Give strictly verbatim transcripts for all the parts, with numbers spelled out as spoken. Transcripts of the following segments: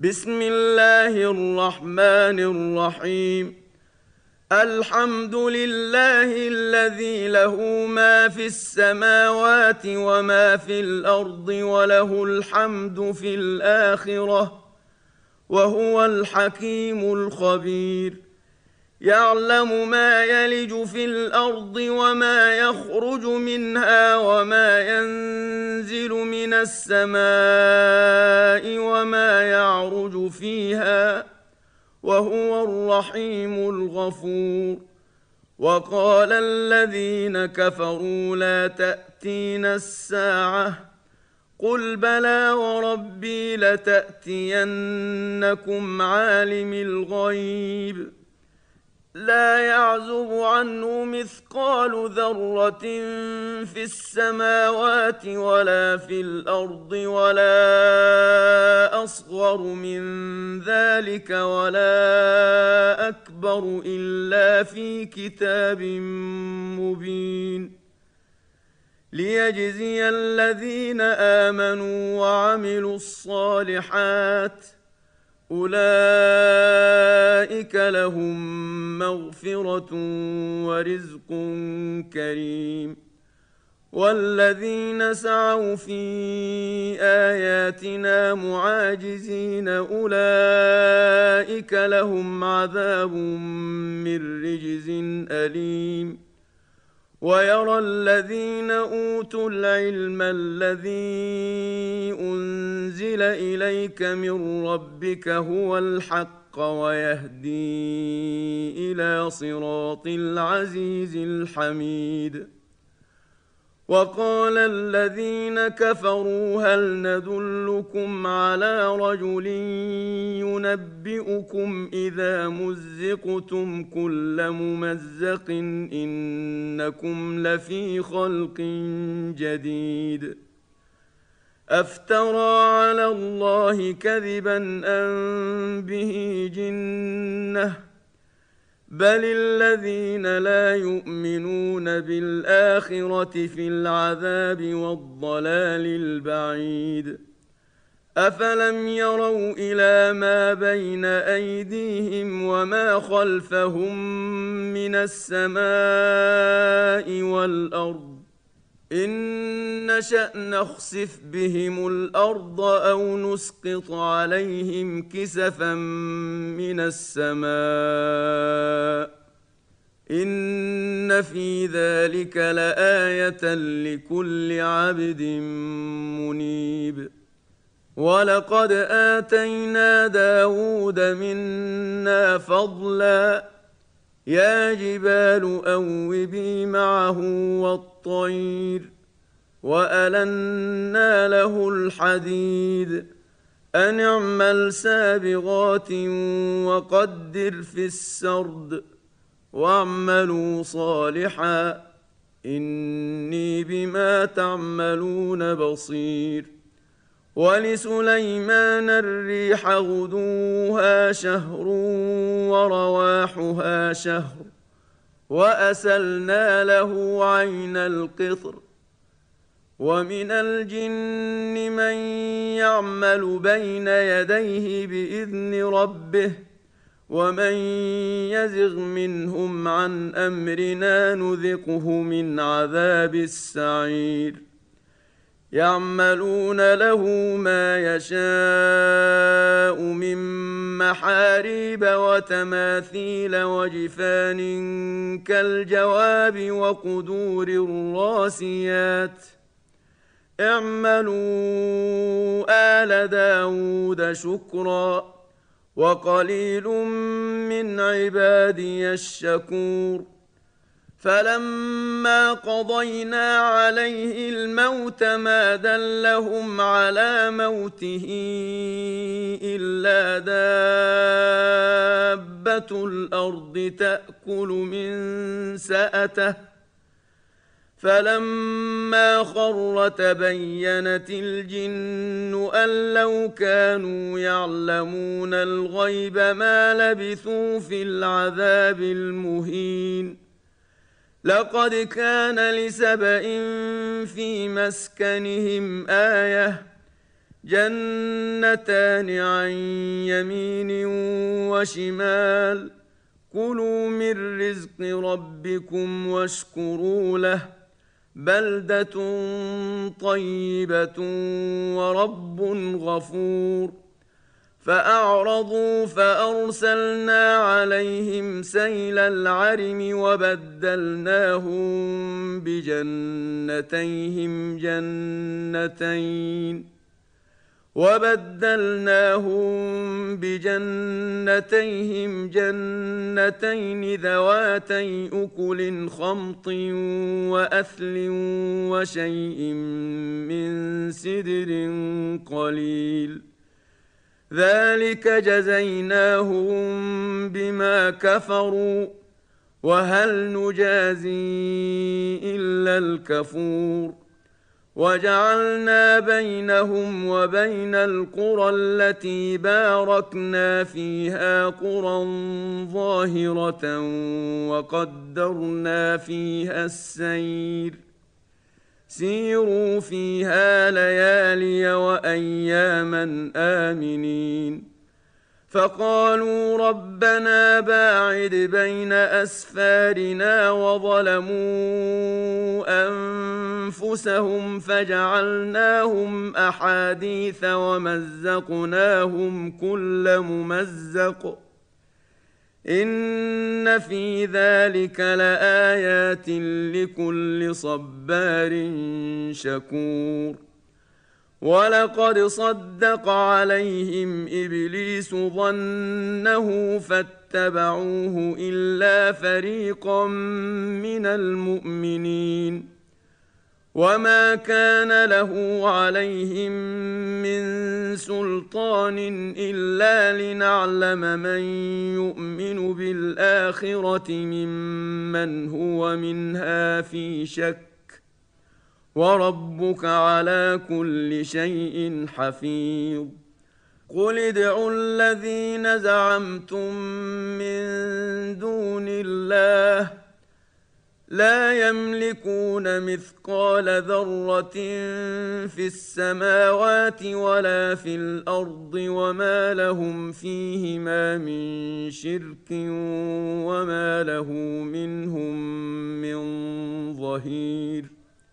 بسم الله الرحمن الرحيم. الحمد لله الذي له ما في السماوات وما في الأرض وله الحمد في الآخرة وهو الحكيم الخبير. يعلم ما يلج في الأرض وما يخرج منها وما ينزل من السماء وما يعرج فيها وهو الرحيم الغفور. وقال الذين كفروا لا تأتينا الساعة قل بلى وربي لتأتينكم عالم الغيب لا يعزب عنه مثقال ذرة في السماوات ولا في الأرض ولا أصغر من ذلك ولا أكبر إلا في كتاب مبين. ليجزي الذين آمنوا وعملوا الصالحات أولئك لهم مغفرة ورزق كريم. والذين سعوا في آياتنا معاجزين أولئك لهم عذاب من رجز أليم. ويرى الذين أوتوا العلم الذي أنزل إليك من ربك هو الحق ويهدي إلى صراط العزيز الحميد. وقال الذين كفروا هل ندلكم على رجل ينبئكم إذا مزقتم كل ممزق إنكم لفي خلق جديد. أفترى على الله كذبا أم به جنة بل الذين لا يؤمنون بالآخرة في العذاب والضلال البعيد. أفلم يروا إلى ما بين أيديهم وما خلفهم من السماء والأرض إن نشأ نخسف بهم الأرض أو نسقط عليهم كسفا من السماء إن في ذلك لآية لكل عبد منيب. ولقد آتينا داود منا فضلا يا جبال أوبي معه والطير وألنا له الحديد أن اعمل سابغات وقدر في السرد واعملوا صالحا إني بما تعملون بصير. ولسليمان الريح غدوها شهر ورواحها شهر وأسلنا له عين القطر. ومن الجن من يعمل بين يديه بإذن ربه ومن يزغ منهم عن أمرنا نذقه من عذاب السعير. يعملون له ما يشاء من محاريب وتماثيل وجفان كالجواب وقدور الراسيات اعملوا آل داود شكرا وقليل من عبادي الشكور. فلما قضينا عليه الموت ما دلهم على موته إلا دابة الأرض تأكل من سأته فلما خر تبينت الجن أن لو كانوا يعلمون الغيب ما لبثوا في العذاب المهين. لقد كان لسبإ في مسكنهم آية جنتان عن يمين وشمال كلوا من رزق ربكم واشكروا له بلدة طيبة ورب غفور فأعرضوا فأرسلنا عليهم سيل العرم وبدلناهم بجنتيهم جنتين وبدلناهم بجنتيهم جنتين ذواتي أكل خمط وأثل وشيء من سدر قليل ذلك جزيناهم بما كفروا وهل نجازي إلا الكفور وجعلنا بينهم وبين القرى التي باركنا فيها قرى ظاهرة وقدرنا فيها السير سيروا فيها ليالي وأياما آمنين فقالوا ربنا باعد بين أسفارنا وظلموا أنفسهم فجعلناهم أحاديث ومزقناهم كل ممزق إن في ذلك لآيات لكل صبار شكور ولقد صدق عليهم إبليس ظنه فاتبعوه إلا فريقا من المؤمنين وما كان له عليهم من سلطان إلا لنعلم من يؤمن بالآخرة ممن هو منها في شك وربك على كل شيء حفيظ قل ادعوا الذين زعمتم من دون الله لا يملكون مثقال ذرة في السماوات ولا في الأرض وما لهم فيهما من شرك وما له منهم من ظهير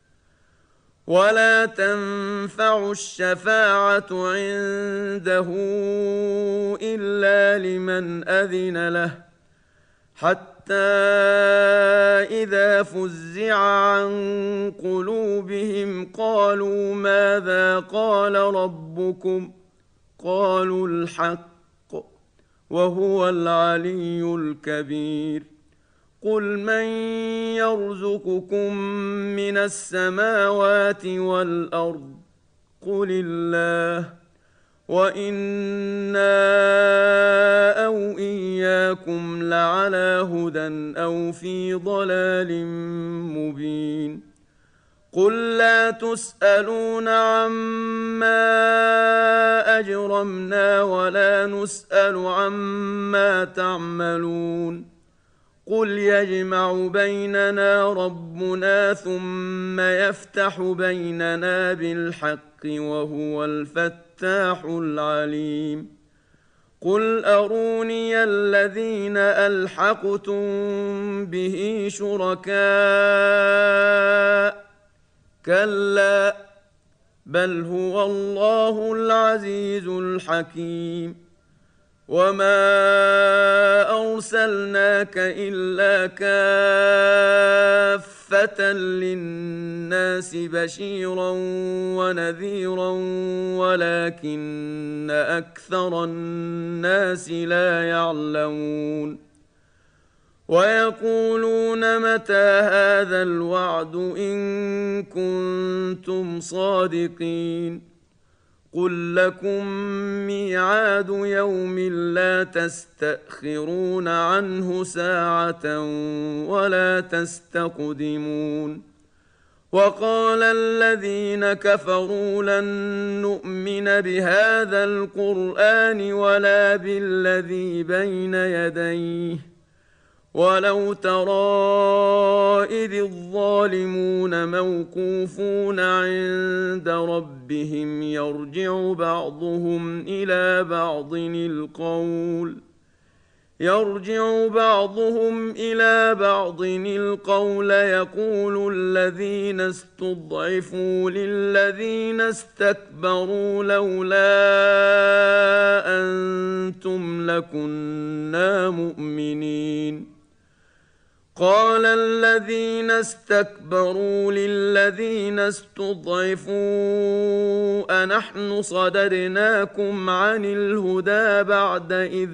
ولا تنفع الشفاعة عنده إلا لمن أذن له حتى إذا فزع عن قلوبهم قالوا ماذا قال ربكم قالوا الحق وهو العلي الكبير قل من يرزقكم من السماوات والأرض قل الله وإنا أو إياكم لعلى هدى أو في ضلال مبين قل لا تسألون عما أجرمنا ولا نسأل عما تعملون قل يجمع بيننا ربنا ثم يفتح بيننا بالحق وهو الفتاح العليم قل أروني الذين ألحقتم به شركاء كلا بل هو الله العزيز الحكيم وما أرسلناك إلا كافة للناس بشيرا ونذيرا ولكن أكثر الناس لا يعلمون ويقولون متى هذا الوعد إن كنتم صادقين قل لكم ميعاد يوم لا تستأخرون عنه ساعة ولا تستقدمون وقال الذين كفروا لن نؤمن بهذا القرآن ولا بالذي بين يديه ولو ترى إذ الظالمون موقوفون عند ربهم يرجع بعضهم إلى بعض القول يرجع بعضهم إلى بعض القول يقول الذين استضعفوا للذين استكبروا لولا أنتم لكنا مؤمنين قال الذين استكبروا للذين استضعفوا أنحن صددناكم عن الهدى بعد إذ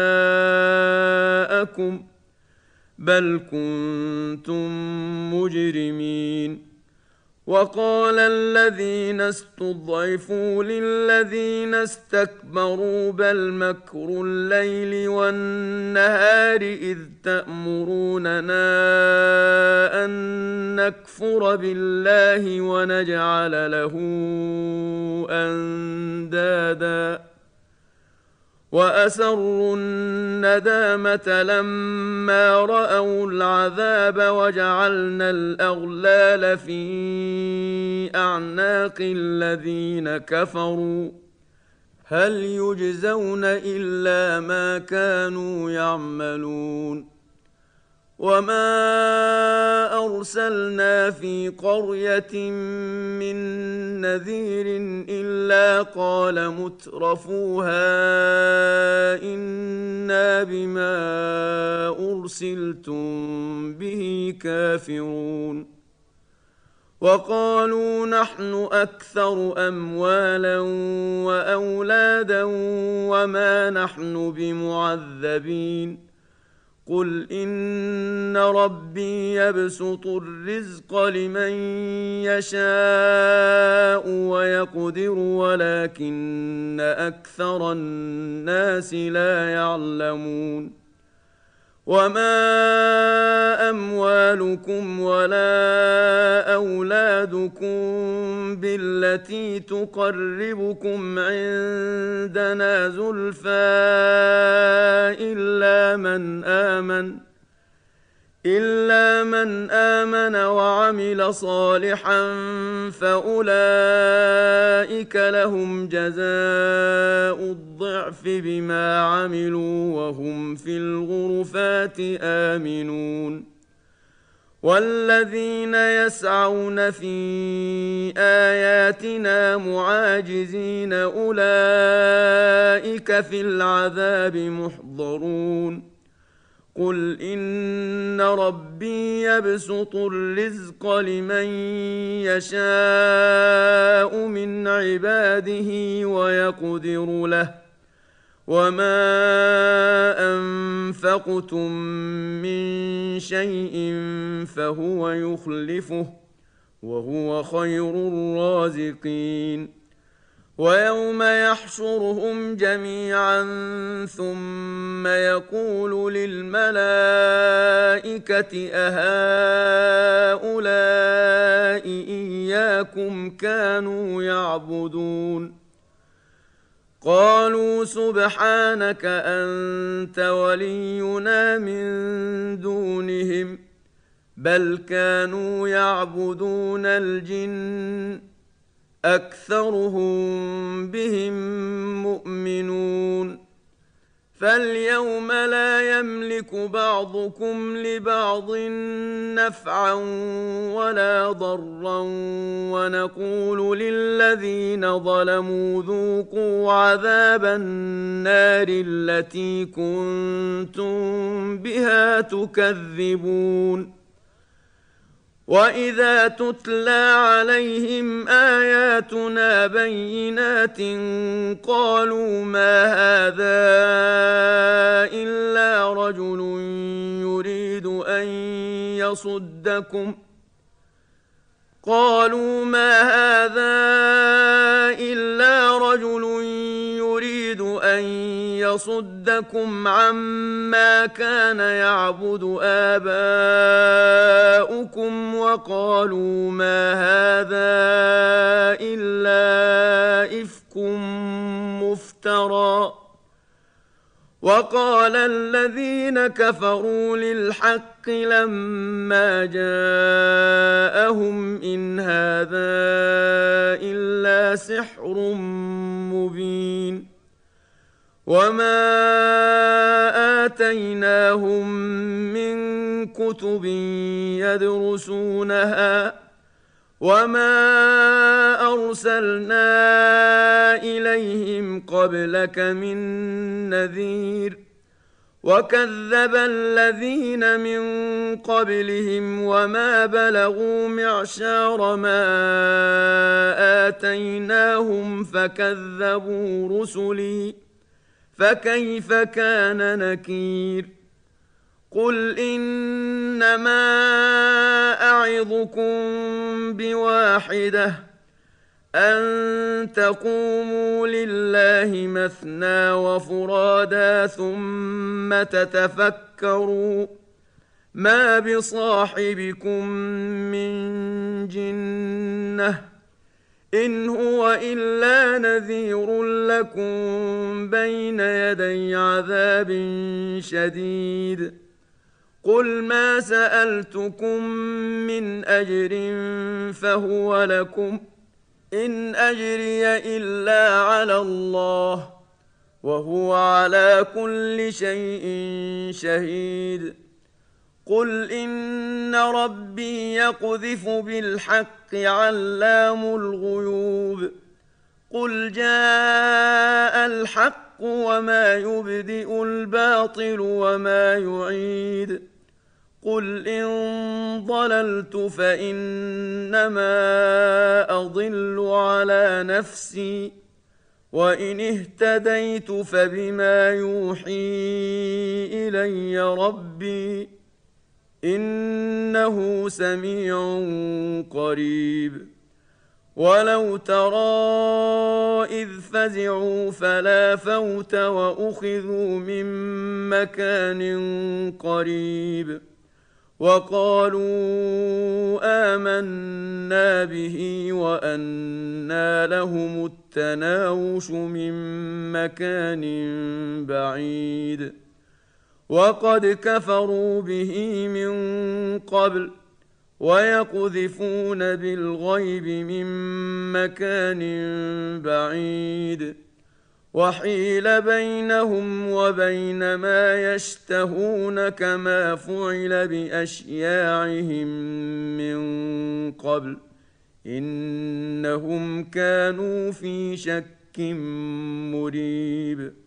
جاءكم بل كنتم مجرمين وقال الذين استضعفوا للذين استكبروا بل مكر الليل والنهار إذ تأمروننا أن نكفر بالله ونجعل له أندادا وأسروا الندامة لما رأوا العذاب وجعلنا الأغلال في أعناق الذين كفروا هل يجزون إلا ما كانوا يعملون وما أرسلنا في قرية من نذير إلا قال مترفوها إنا بما أرسلتم به كافرون وقالوا نحن أكثر أموالا وأولادا وما نحن بمعذبين قل إن ربي يبسط الرزق لمن يشاء ويقدر ولكن أكثر الناس لا يعلمون وما أموالكم ولا أولادكم بالتي تقربكم عندنا زلفى إلا من آمن إلا من آمن وعمل صالحا فأولئك لهم جزاء الضعف بما عملوا وهم في الغرفات آمنون والذين يسعون في آياتنا معاجزين أولئك في العذاب محضرون قل إن ربي يبسط الرزق لمن يشاء من عباده ويقدر له وما أنفقتم من شيء فهو يخلفه وهو خير الرازقين ويوم يحشرهم جميعا ثم يقول للملائكة أهؤلاء إياكم كانوا يعبدون قالوا سبحانك أنت ولينا من دونهم بل كانوا يعبدون الجن أكثرهم بهم مؤمنون فاليوم لا يملك بعضكم لبعض نفعا ولا ضرا ونقول للذين ظلموا ذوقوا عذاب النار التي كنتم بها تكذبون وإذا تتلى عليهم آياتنا بينات قالوا ما هذا إلا رجل يريد أن يصدكم قالوا ما هذا إلا رجل يريد أن يصدكم عما كان يعبد آباؤكم وقالوا ما هذا إلا إفك مفترى وقال الذين كفروا للحق لما جاءهم إن هذا إلا سحر مبين وما آتيناهم من كتب يدرسونها وما أرسلنا إليهم قبلك من نذير وكذب الذين من قبلهم وما بلغوا معشار ما آتيناهم فكذبوا رسلي فكيف كان نكير قل إنما أعظكم بواحدة أن تقوموا لله مثنى وفرادا ثم تتفكروا ما بصاحبكم من جنة إن هو إلا نذير لكم بين يدي عذاب شديد قل ما سألتكم من أجر فهو لكم إن أجري إلا على الله وهو على كل شيء شهيد قل إن ربي يقذف بالحق علام الغيوب قل جاء الحق وما يبدئ الباطل وما يعيد قل إن ضللت فإنما أضل على نفسي وإن اهتديت فبما يوحي إلي ربي إنه سميع قريب ولو ترى إذ فزعوا فلا فوت وأخذوا من مكان قريب وقالوا آمنا به وأنى لهم التناوش من مكان بعيد وقد كفروا به من قبل ويقذفون بالغيب من مكان بعيد وحيل بينهم وبين ما يشتهون كما فعل بأشياعهم من قبل إنهم كانوا في شك مريب